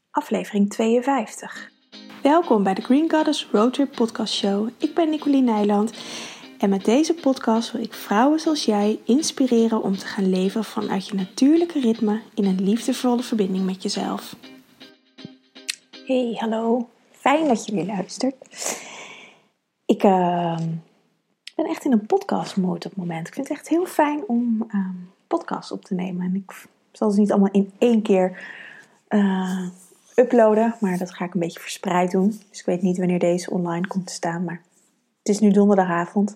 aflevering 52. Welkom bij de Green Goddess Roadtrip Podcast Show. Ik ben Nicolien Nijland en met deze podcast wil ik vrouwen zoals jij inspireren om te gaan leven vanuit je natuurlijke ritme in een liefdevolle verbinding met jezelf. Hey, hallo. Fijn dat je weer luistert. Ik ben echt in een podcast mode op het moment. Ik vind het echt heel fijn om podcasts op te nemen. En ik zal ze niet allemaal in één keer uploaden, maar dat ga ik een beetje verspreid doen. Dus ik weet niet wanneer deze online komt te staan, maar het is nu donderdagavond.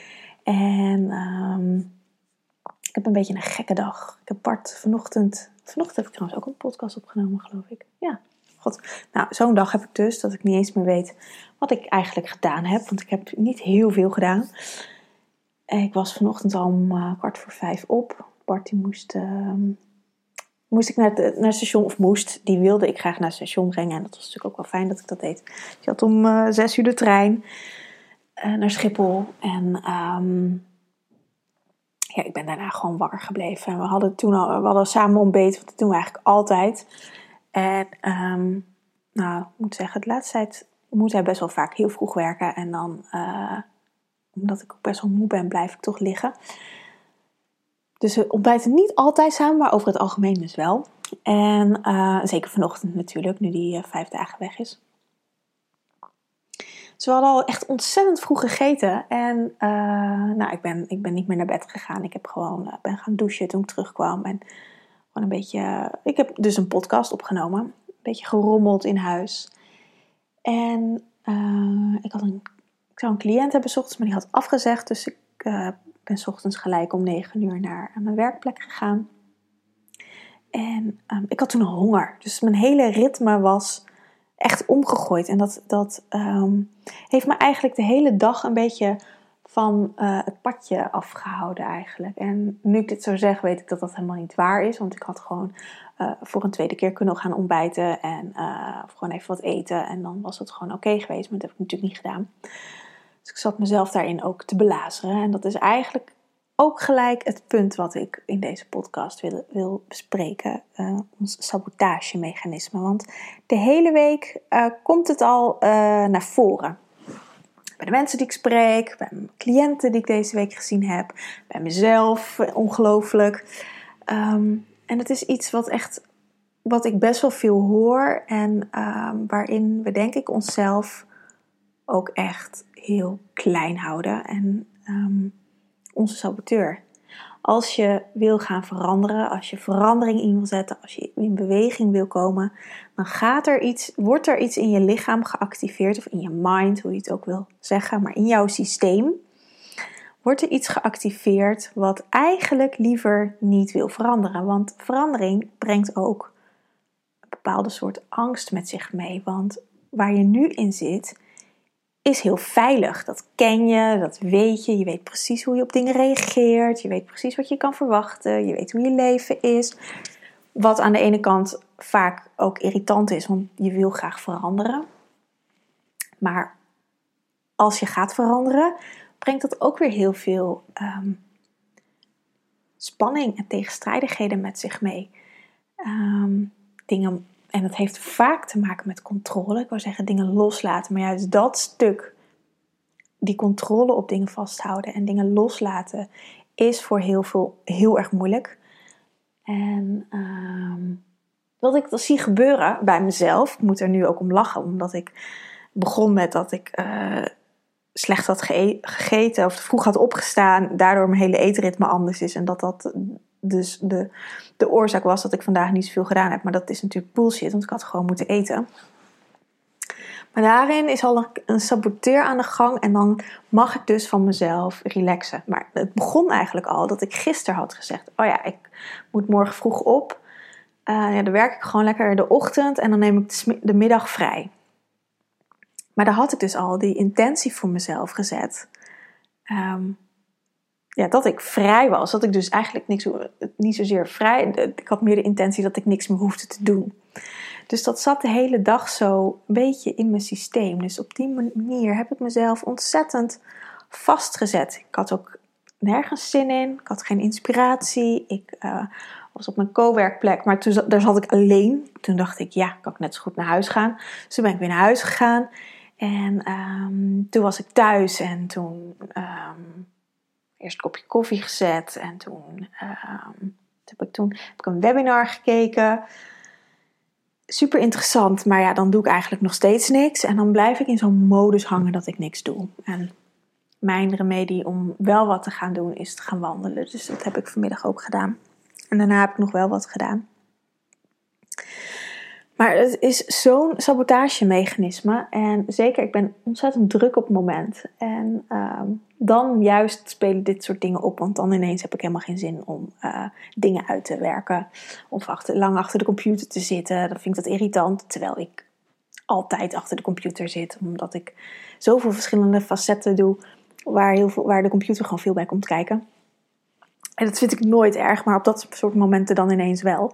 En ik heb een beetje een gekke dag. Ik heb vanochtend heb ik trouwens ook een podcast opgenomen, geloof ik. Ja, god. Nou, zo'n dag heb ik dus, dat ik niet eens meer weet wat ik eigenlijk gedaan heb. Want ik heb niet heel veel gedaan. Ik was vanochtend al om 4:15 op. Bart die moest ik naar het station, of die wilde ik graag naar het station brengen. En dat was natuurlijk ook wel fijn dat ik dat deed. Die had om 6:00 de trein naar Schiphol. En ik ben daarna gewoon wakker gebleven. En we hadden samen ontbeten, wat dat doen we eigenlijk altijd. En ik moet zeggen, de laatste tijd moet hij best wel vaak heel vroeg werken. En dan, omdat ik ook best wel moe ben, blijf ik toch liggen. Dus we ontbijten niet altijd samen, maar over het algemeen dus wel. En zeker vanochtend natuurlijk, nu die 5 dagen weg is. Dus we hadden al echt ontzettend vroeg gegeten. En ik ben niet meer naar bed gegaan. Ik heb ben gaan douchen toen ik terugkwam. En gewoon een beetje... Ik heb dus een podcast opgenomen. Een beetje gerommeld in huis. En ik zou een cliënt hebben 's ochtends, maar die had afgezegd. Dus ik ben 's ochtends gelijk om 9:00 naar mijn werkplek gegaan. En ik had toen al honger. Dus mijn hele ritme was echt omgegooid. En dat heeft me eigenlijk de hele dag een beetje van het padje afgehouden eigenlijk. En nu ik dit zo zeg, weet ik dat dat helemaal niet waar is. Want ik had gewoon voor een tweede keer kunnen gaan ontbijten. Of gewoon even wat eten. En dan was het gewoon oké geweest. Maar dat heb ik natuurlijk niet gedaan. Dus ik zat mezelf daarin ook te belazeren. En dat is eigenlijk ook gelijk het punt wat ik in deze podcast wil bespreken. Ons sabotagemechanisme. Want de hele week komt het al naar voren. Bij de mensen die ik spreek, bij mijn cliënten die ik deze week gezien heb, bij mezelf, ongelooflijk. En het is iets wat ik best wel veel hoor en waarin we denk ik onszelf ook echt heel klein houden en onze saboteur. Als je wil gaan veranderen, als je verandering in wil zetten, als je in beweging wil komen, dan wordt er iets in je lichaam geactiveerd, of in je mind, hoe je het ook wil zeggen, maar in jouw systeem wordt er iets geactiveerd wat eigenlijk liever niet wil veranderen. Want verandering brengt ook een bepaalde soort angst met zich mee. Want waar je nu in zit, is heel veilig. Dat ken je, dat weet je. Je weet precies hoe je op dingen reageert. Je weet precies wat je kan verwachten. Je weet hoe je leven is. Wat aan de ene kant vaak ook irritant is, want je wil graag veranderen. Maar als je gaat veranderen, brengt dat ook weer heel veel spanning en tegenstrijdigheden met zich mee. En dat heeft vaak te maken met controle. Ik wou zeggen dingen loslaten. Maar juist dat stuk, die controle op dingen vasthouden en dingen loslaten, is voor heel veel heel erg moeilijk. En wat ik zie gebeuren bij mezelf, ik moet er nu ook om lachen, omdat ik begon met dat ik slecht had gegeten of vroeg had opgestaan, daardoor mijn hele eetritme anders is en dat dus de oorzaak was dat ik vandaag niet zoveel gedaan heb. Maar dat is natuurlijk bullshit, want ik had gewoon moeten eten. Maar daarin is al een saboteur aan de gang en dan mag ik dus van mezelf relaxen. Maar het begon eigenlijk al dat ik gisteren had gezegd, ik moet morgen vroeg op. Dan werk ik gewoon lekker de ochtend en dan neem ik de middag vrij. Maar daar had ik dus al die intentie voor mezelf gezet. Dat ik vrij was. Dat ik dus eigenlijk niet zozeer vrij... Ik had meer de intentie dat ik niks meer hoefde te doen. Dus dat zat de hele dag zo een beetje in mijn systeem. Dus op die manier heb ik mezelf ontzettend vastgezet. Ik had ook nergens zin in. Ik had geen inspiratie. Ik was op mijn co-werkplek. Maar daar zat ik alleen. Toen dacht ik, ja, kan ik net zo goed naar huis gaan. Dus toen ben ik weer naar huis gegaan. En toen was ik thuis. En toen eerst een kopje koffie gezet. En toen heb ik een webinar gekeken. Super interessant. Maar ja, dan doe ik eigenlijk nog steeds niks. En dan blijf ik in zo'n modus hangen dat ik niks doe. En mijn remedie om wel wat te gaan doen is te gaan wandelen. Dus dat heb ik vanmiddag ook gedaan. En daarna heb ik nog wel wat gedaan. Maar het is zo'n sabotagemechanisme. En zeker, ik ben ontzettend druk op het moment. En dan juist spelen dit soort dingen op. Want dan ineens heb ik helemaal geen zin om dingen uit te werken. Of lang achter de computer te zitten. Dan vind ik dat irritant. Terwijl ik altijd achter de computer zit. Omdat ik zoveel verschillende facetten doe. Waar de computer gewoon veel bij komt kijken. En dat vind ik nooit erg. Maar op dat soort momenten dan ineens wel.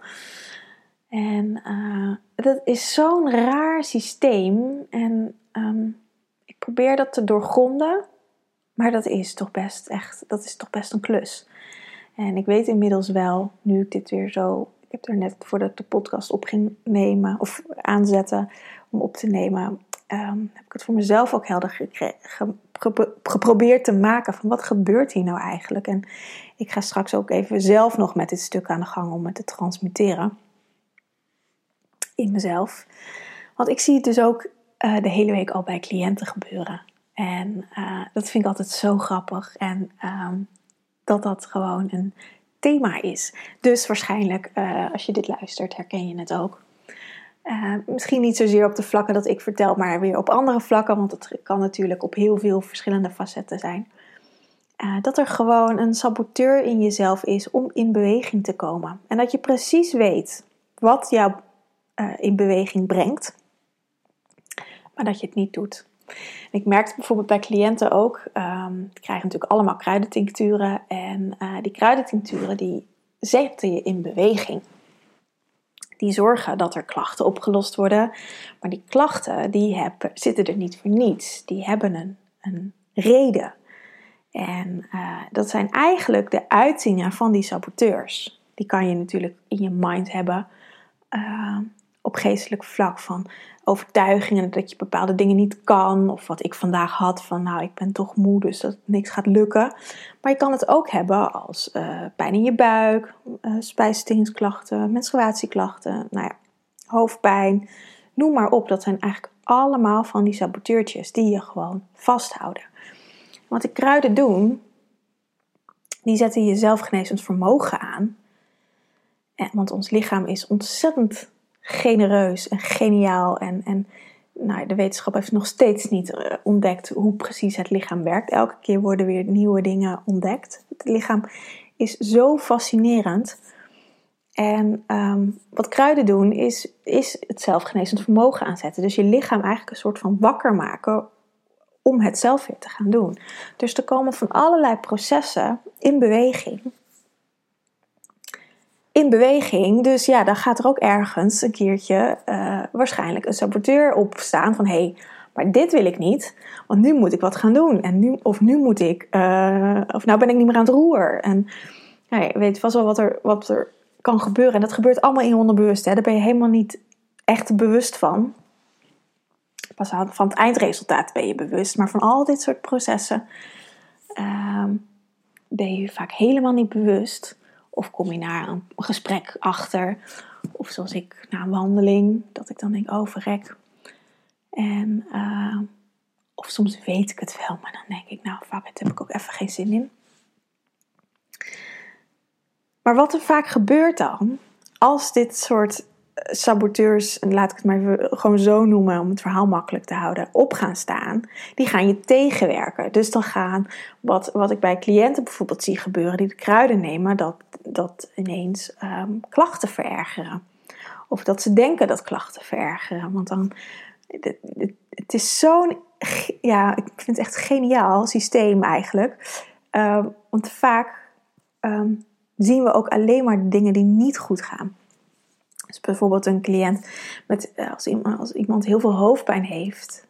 En dat is zo'n raar systeem. En ik probeer dat te doorgronden. Maar dat is toch best een klus. En ik weet inmiddels wel, nu ik dit weer zo... Ik heb er net, voordat ik de podcast op ging nemen, of aanzetten om op te nemen, heb ik het voor mezelf ook helder geprobeerd te maken van wat gebeurt hier nou eigenlijk. En ik ga straks ook even zelf nog met dit stuk aan de gang om het te transmitteren. In mezelf. Want ik zie het dus ook de hele week al bij cliënten gebeuren. En dat vind ik altijd zo grappig. En dat gewoon een thema is. Dus waarschijnlijk, als je dit luistert, herken je het ook. Misschien niet zozeer op de vlakken dat ik vertel, maar weer op andere vlakken. Want het kan natuurlijk op heel veel verschillende facetten zijn. Dat er gewoon een saboteur in jezelf is om in beweging te komen. En dat je precies weet wat jou in beweging brengt, maar dat je het niet doet. En ik merkte bijvoorbeeld bij cliënten ook, die krijgen natuurlijk allemaal kruidentincturen en die kruidentincturen die zetten je in beweging. Die zorgen dat er klachten opgelost worden, maar die klachten zitten er niet voor niets. Die hebben een reden. En dat zijn eigenlijk de uitingen van die saboteurs. Die kan je natuurlijk in je mind hebben op geestelijk vlak van overtuigingen dat je bepaalde dingen niet kan. Of wat ik vandaag had van nou ik ben toch moe dus dat niks gaat lukken. Maar je kan het ook hebben als pijn in je buik, spijsverteringsklachten, menstruatieklachten, hoofdpijn. Noem maar op, dat zijn eigenlijk allemaal van die saboteurtjes die je gewoon vasthouden. Wat de kruiden doen, die zetten je zelfgenezend vermogen aan. Want ons lichaam is ontzettend genereus en geniaal. En de wetenschap heeft nog steeds niet ontdekt hoe precies het lichaam werkt. Elke keer worden weer nieuwe dingen ontdekt. Het lichaam is zo fascinerend. En wat kruiden doen is het zelfgenezend vermogen aanzetten. Dus je lichaam eigenlijk een soort van wakker maken om het zelf weer te gaan doen. Dus er komen van allerlei processen in beweging. Dus ja, dan gaat er ook ergens een keertje waarschijnlijk een saboteur op staan van hé, maar dit wil ik niet, want nu moet ik wat gaan doen. En nu moet ik, of nou ben ik niet meer aan het roer. En je weet vast wel wat er kan gebeuren. En dat gebeurt allemaal in je onderbewust. Hè. Daar ben je helemaal niet echt bewust van. Pas van het eindresultaat ben je bewust. Maar van al dit soort processen ben je vaak helemaal niet bewust. Of kom je naar een gesprek achter. Of zoals ik, na een wandeling. Dat ik dan denk, oh verrek. En, of soms weet ik het wel. Maar dan denk ik, nou fuck, daar heb ik ook even geen zin in. Maar wat er vaak gebeurt dan. Als dit soort saboteurs, en laat ik het maar even gewoon zo noemen om het verhaal makkelijk te houden, op gaan staan, die gaan je tegenwerken. Dus dan gaan, wat ik bij cliënten bijvoorbeeld zie gebeuren, die de kruiden nemen, dat ineens klachten verergeren. Of dat ze denken dat klachten verergeren. Want dan, het is zo'n, ja, ik vind het echt een geniaal systeem eigenlijk. Want vaak zien we ook alleen maar de dingen die niet goed gaan. Dus bijvoorbeeld een cliënt als iemand heel veel hoofdpijn heeft,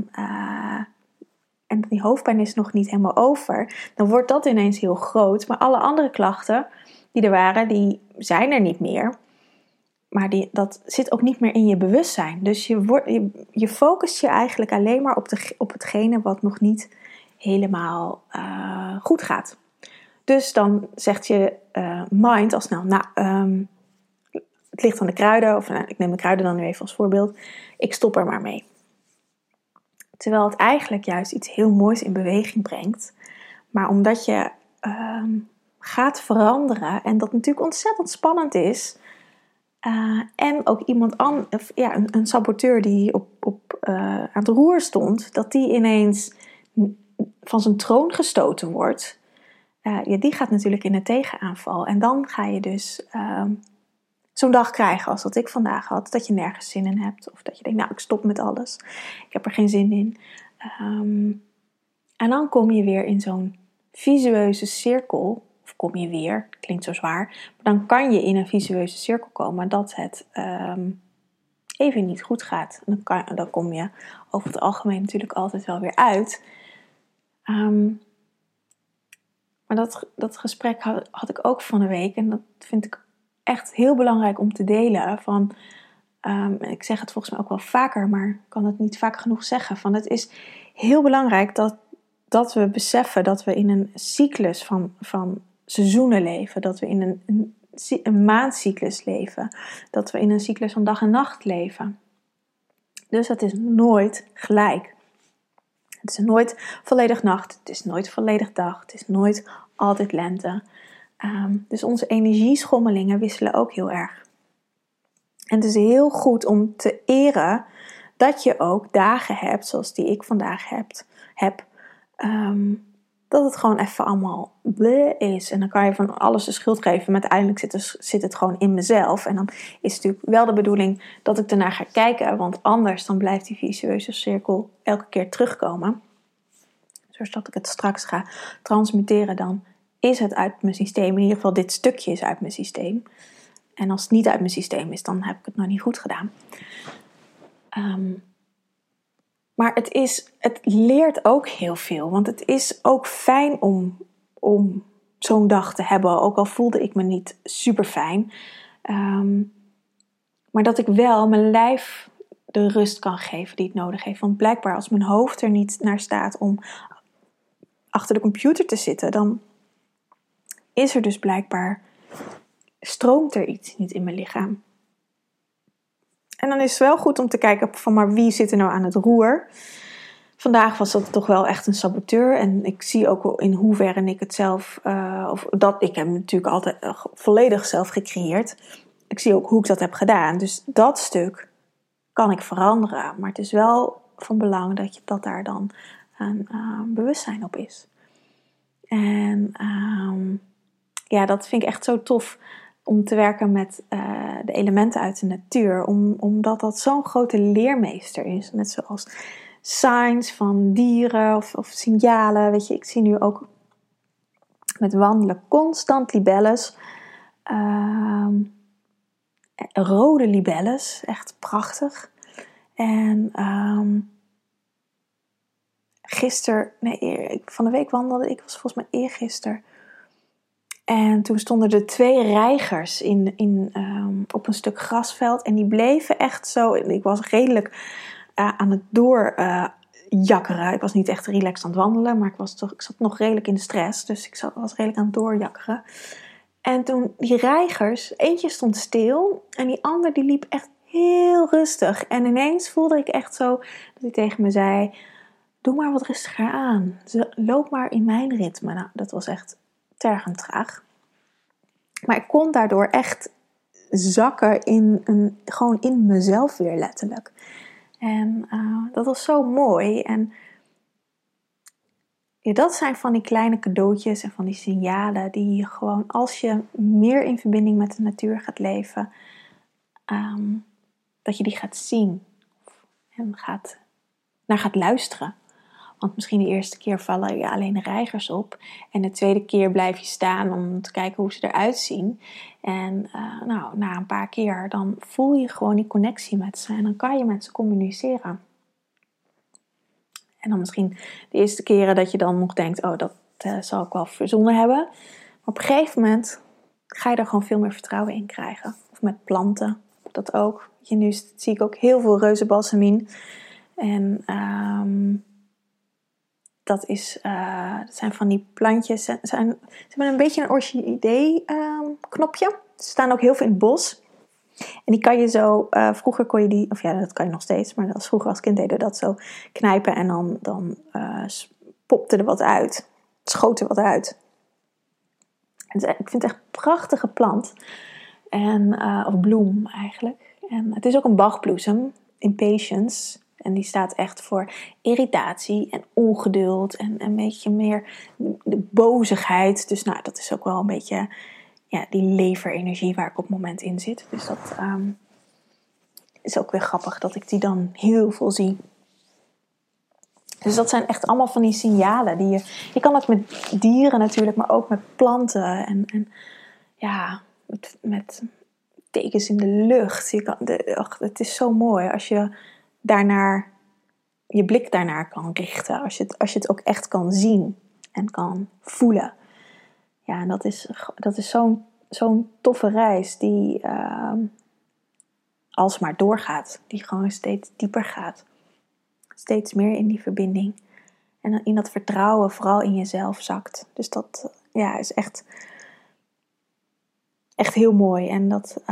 en die hoofdpijn is nog niet helemaal over, dan wordt dat ineens heel groot. Maar alle andere klachten, die er waren, die zijn er niet meer. Maar dat zit ook niet meer in je bewustzijn. Dus je focust je eigenlijk alleen maar op hetgene wat nog niet helemaal goed gaat. Dus dan zegt je mind al snel, het ligt aan de kruiden. Of ik neem de kruiden dan nu even als voorbeeld. Ik stop er maar mee. Terwijl het eigenlijk juist iets heel moois in beweging brengt. Maar omdat je gaat veranderen en dat natuurlijk ontzettend spannend is. En ook een saboteur die aan het roer stond, dat die ineens van zijn troon gestoten wordt. Die gaat natuurlijk in een tegenaanval. En dan ga je dus zo'n dag krijgen als wat ik vandaag had. Dat je nergens zin in hebt. Of dat je denkt, ik stop met alles. Ik heb er geen zin in. En dan kom je weer in zo'n visueuze cirkel. Of kom je weer, klinkt zo zwaar. Maar dan kan je in een visueuze cirkel komen dat het even niet goed gaat. En dan kom je over het algemeen natuurlijk altijd wel weer uit. Maar dat gesprek had ik ook van de week. En dat vind ik echt heel belangrijk om te delen. Ik zeg het volgens mij ook wel vaker, maar ik kan het niet vaak genoeg zeggen. Het is heel belangrijk dat we beseffen dat we in een cyclus van seizoenen leven. Dat we in een maandcyclus leven. Dat we in een cyclus van dag en nacht leven. Dus het is nooit gelijk. Het is nooit volledig nacht. Het is nooit volledig dag. Het is nooit altijd lente. Dus onze energieschommelingen wisselen ook heel erg. En het is heel goed om te eren dat je ook dagen hebt zoals die ik vandaag heb. Dat het gewoon even allemaal bleh is. En dan kan je van alles de schuld geven. Maar uiteindelijk zit het gewoon in mezelf. En dan is het natuurlijk wel de bedoeling dat ik ernaar ga kijken. Want anders dan blijft die visueuze cirkel elke keer terugkomen. Dus dat ik het straks ga transmuteren, dan is het uit mijn systeem. In ieder geval dit stukje is uit mijn systeem. En als het niet uit mijn systeem is, dan heb ik het nog niet goed gedaan. Maar het leert ook heel veel. Want het is ook fijn om zo'n dag te hebben. Ook al voelde ik me niet super fijn. Maar dat ik wel mijn lijf de rust kan geven die het nodig heeft. Want blijkbaar als mijn hoofd er niet naar staat om achter de computer te zitten, dan is er dus blijkbaar, stroomt er iets niet in mijn lichaam. En dan is het wel goed om te kijken van, maar wie zit er nou aan het roer? Vandaag was dat toch wel echt een saboteur. En ik zie ook wel in hoeverre ik het zelf, ik heb natuurlijk altijd volledig zelf gecreëerd. Ik zie ook hoe ik dat heb gedaan. Dus dat stuk kan ik veranderen. Maar het is wel van belang dat daar dan een bewustzijn op is. En dat vind ik echt zo tof om te werken met de elementen uit de natuur. Omdat dat zo'n grote leermeester is. Net zoals signs van dieren of signalen. Weet je, ik zie nu ook met wandelen constant libelles. Rode libelles. Echt prachtig. En van de week wandelde ik, was volgens mij eergisteren. En toen stonden er 2 reigers op een stuk grasveld. En die bleven echt zo. Ik was redelijk aan het doorjakkeren. Ik was niet echt relaxed aan het wandelen. Maar ik zat nog redelijk in de stress. Dus ik was redelijk aan het doorjakkeren. En toen die reigers, eentje stond stil. En die ander die liep echt heel rustig. En ineens voelde ik echt zo dat hij tegen me zei: doe maar wat rustiger aan. Loop maar in mijn ritme. Nou, dat was echt tergend traag. Maar ik kon daardoor echt zakken gewoon in mezelf weer letterlijk. En dat was zo mooi. En dat zijn van die kleine cadeautjes en van die signalen die je gewoon, als je meer in verbinding met de natuur gaat leven, dat je die gaat zien en naar gaat luisteren. Want misschien de eerste keer vallen je alleen de reigers op. En de tweede keer blijf je staan om te kijken hoe ze eruit zien. En na een paar keer dan voel je gewoon die connectie met ze. En dan kan je met ze communiceren. En dan misschien de eerste keren dat je dan nog denkt, dat zal ik wel verzonnen hebben. Maar op een gegeven moment ga je er gewoon veel meer vertrouwen in krijgen. Of met planten, dat ook. Nu zie ik ook heel veel reuzenbalsemien. En dat zijn van die plantjes. Ze hebben een beetje een orchidee knopje. Ze staan ook heel veel in het bos. En die kan je zo, vroeger kon je die, of ja, dat kan je nog steeds, maar vroeger als kind deden we dat zo knijpen en dan popte er wat uit. Schoot er wat uit. Ik vind het echt een prachtige plant. Of bloem eigenlijk. En het is ook een bachbloesem, impatience. En die staat echt voor irritatie en ongeduld en een beetje meer de bozigheid. Dus nou, dat is ook wel een beetje die leverenergie waar ik op het moment in zit. Dus dat is ook weer grappig dat ik die dan heel veel zie. Dus dat zijn echt allemaal van die signalen die je kan het met dieren natuurlijk, maar ook met planten en met tekens in de lucht. Het is zo mooi als je je blik daarnaar kan richten. Als je het ook echt kan zien en kan voelen. Ja, en dat is zo'n toffe reis die alsmaar doorgaat. Die gewoon steeds dieper gaat. Steeds meer in die verbinding. En in dat vertrouwen vooral in jezelf zakt. Dus dat is echt heel mooi. En dat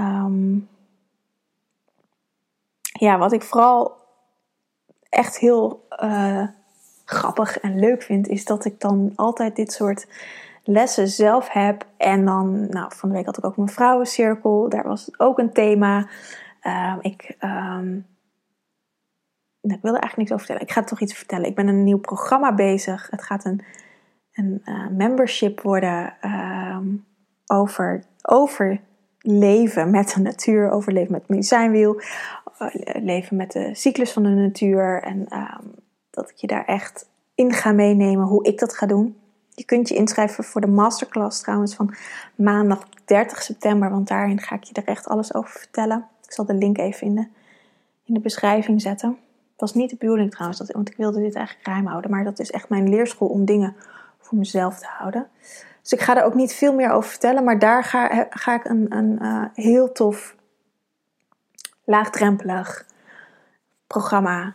wat ik vooral echt heel grappig en leuk vind, is dat ik dan altijd dit soort lessen zelf heb. En dan, van de week had ik ook mijn vrouwencirkel. Daar was het ook een thema. Ik wilde eigenlijk niks over vertellen. Ik ga toch iets vertellen. Ik ben een nieuw programma bezig. Het gaat een membership worden over leven met de natuur, over leven met het medicijnwiel, leven met de cyclus van de natuur. En dat ik je daar echt in ga meenemen hoe ik dat ga doen. Je kunt je inschrijven voor de masterclass trouwens van maandag 30 september. Want daarin ga ik je er echt alles over vertellen. Ik zal de link even in de beschrijving zetten. Het was niet de bedoeling trouwens, want ik wilde dit eigenlijk geheim houden. Maar dat is echt mijn leerschool om dingen voor mezelf te houden. Dus ik ga er ook niet veel meer over vertellen. Maar daar ga ik een heel tof, laagdrempelig programma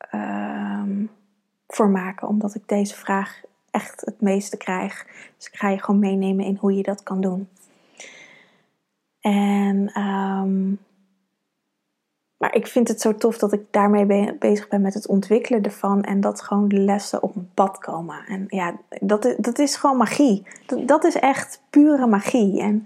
voor maken. Omdat ik deze vraag echt het meeste krijg. Dus ik ga je gewoon meenemen in hoe je dat kan doen. Maar ik vind het zo tof dat ik daarmee bezig ben met het ontwikkelen ervan. En dat gewoon de lessen op mijn pad komen. En ja, dat is gewoon magie. Dat is echt pure magie. En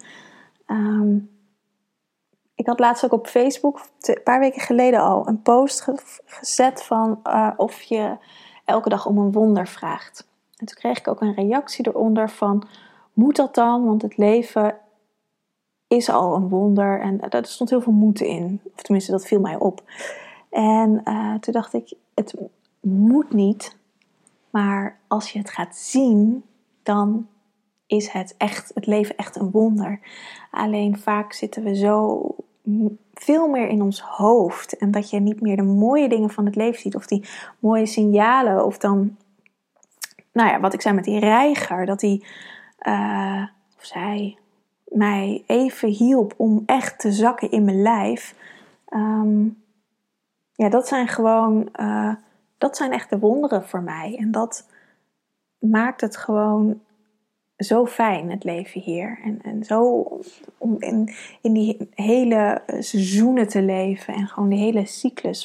ik had laatst ook op Facebook, een paar weken geleden al, een post gezet van of je elke dag om een wonder vraagt. En toen kreeg ik ook een reactie eronder van, moet dat dan? Want het leven is al een wonder. En daar stond heel veel moed in. Of tenminste, dat viel mij op. En toen dacht ik, het moet niet. Maar als je het gaat zien, dan is het leven echt een wonder. Alleen vaak zitten we zo veel meer in ons hoofd. En dat je niet meer de mooie dingen van het leven ziet. Of die mooie signalen. Of dan, wat ik zei met die reiger. Dat die, of zij, mij even hielp om echt te zakken in mijn lijf. Dat zijn gewoon, dat zijn echt de wonderen voor mij. En dat maakt het gewoon zo fijn, het leven hier. En zo om in die hele seizoenen te leven. En gewoon die hele cyclus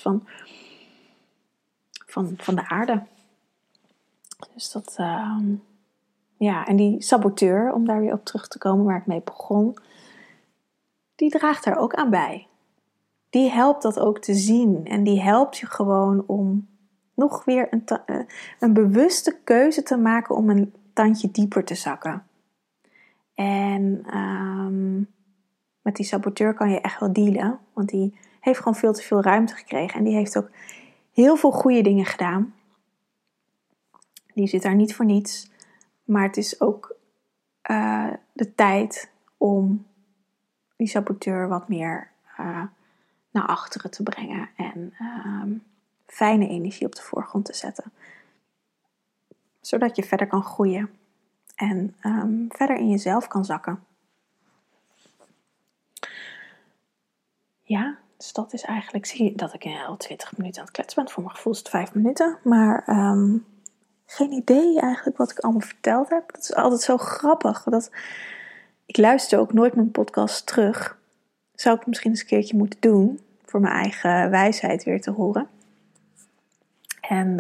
van de aarde. Dus dat, en die saboteur, om daar weer op terug te komen waar ik mee begon, die draagt er ook aan bij. Die helpt dat ook te zien. En die helpt je gewoon om nog weer een bewuste keuze te maken om een tandje dieper te zakken. En met die saboteur kan je echt wel dealen. Want die heeft gewoon veel te veel ruimte gekregen. En die heeft ook heel veel goede dingen gedaan. Die zit daar niet voor niets. Maar het is ook de tijd om die saboteur wat meer naar achteren te brengen. En fijne energie op de voorgrond te zetten. Zodat je verder kan groeien. En verder in jezelf kan zakken. Ja, dus dat is eigenlijk... Zie je dat ik al 20 minuten aan het kletsen ben. Voor mijn gevoel is het 5 minuten. Maar geen idee eigenlijk wat ik allemaal verteld heb. Dat is altijd zo grappig. Ik luister ook nooit mijn podcast terug. Zou ik misschien eens een keertje moeten doen. Voor mijn eigen wijsheid weer te horen. En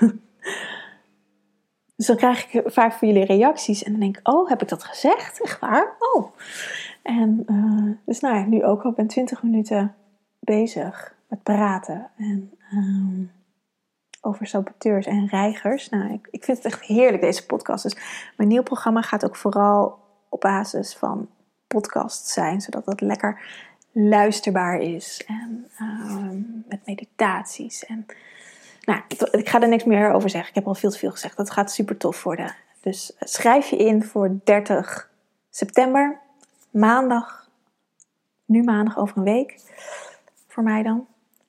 dus dan krijg ik vaak van jullie reacties. En dan denk ik, oh, heb ik dat gezegd? Echt waar? Oh. En dus nou ja, nu ook al. Ik ben 20 minuten bezig met praten. En over saboteurs en reigers. Nou, ik vind het echt heerlijk, deze podcast. Dus mijn nieuw programma gaat ook vooral op basis van podcasts zijn. Zodat dat lekker luisterbaar is. En met meditaties. En nou, ik ga er niks meer over zeggen. Ik heb al veel te veel gezegd. Dat gaat super tof worden. Dus schrijf je in voor 30 september. Maandag. Nu maandag over een week. Voor mij dan.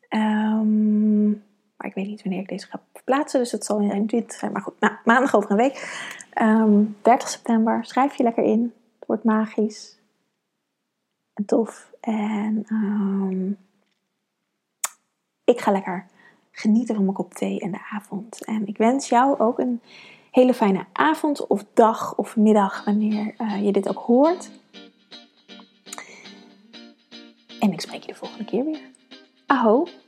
Maar ik weet niet wanneer ik deze ga verplaatsen. Dus het zal in dit zijn. Maar goed, nou, maandag over een week. 30 september. Schrijf je lekker in. Het wordt magisch. En tof. En ik ga lekker genieten van mijn kop thee en de avond. En ik wens jou ook een hele fijne avond of dag of middag. Wanneer je dit ook hoort. En ik spreek je de volgende keer weer. Aho!